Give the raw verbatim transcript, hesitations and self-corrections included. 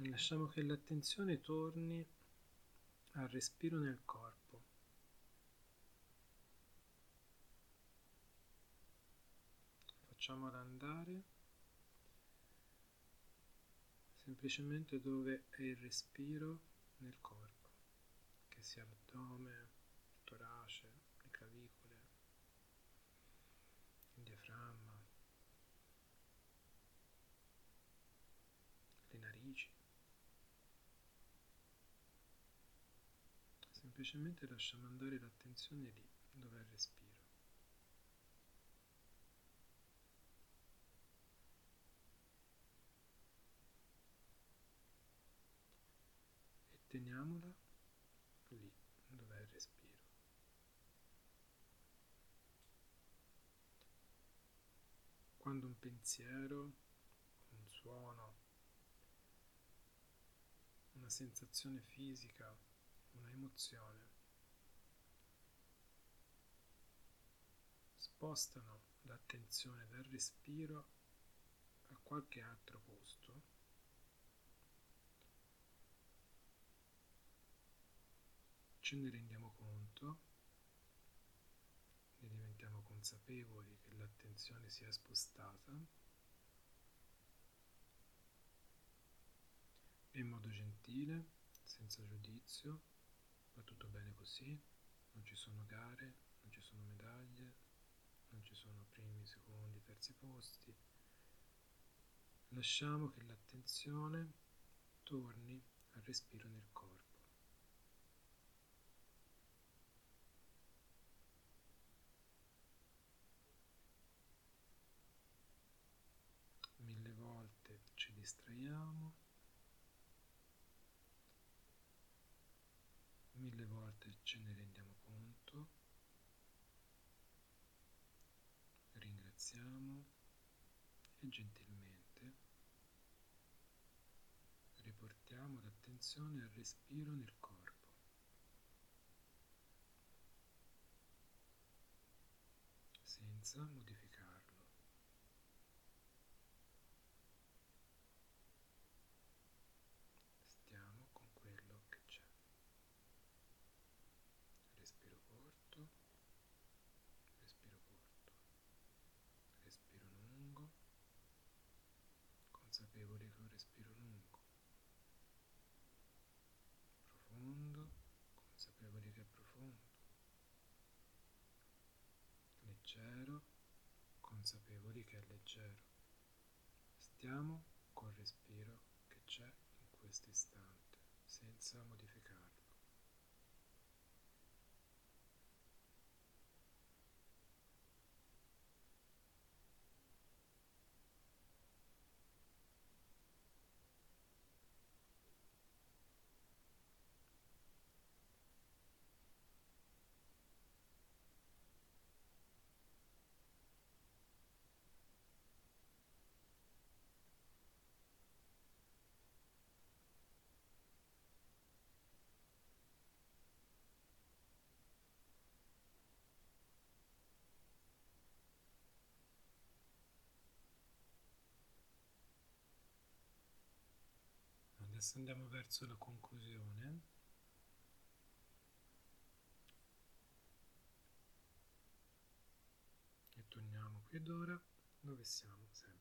Lasciamo che l'attenzione torni al respiro nel corpo. Facciamola andare semplicemente dove è il respiro nel corpo, che sia l'addome, il torace, le clavicole, il diaframma, le narici. Semplicemente lasciamo andare l'attenzione lì, dove è il respiro. E teniamola lì, dove è il respiro. Quando un pensiero, un suono, una sensazione fisica, una emozione spostano l'attenzione dal respiro a qualche altro posto, ce ne rendiamo conto, ne diventiamo consapevoli che l'attenzione si è spostata e in modo gentile, senza giudizio, va tutto bene così, non ci sono gare, non ci sono medaglie, non ci sono primi, secondi, terzi posti. Lasciamo che l'attenzione torni al respiro nel corpo. Mille volte ci distraiamo, mille volte ce ne rendiamo conto, ringraziamo e gentilmente riportiamo l'attenzione al respiro nel corpo, senza modificarlo. Stiamo con quello che c'è. Respiro corto, respiro corto, respiro lungo, consapevoli che è un respiro lungo, profondo, consapevoli che è profondo, leggero, consapevoli che è leggero. Stiamo col respiro che c'è in questo istante, senza modificarlo. Adesso andiamo verso la conclusione e torniamo qui ed ora dove siamo sempre.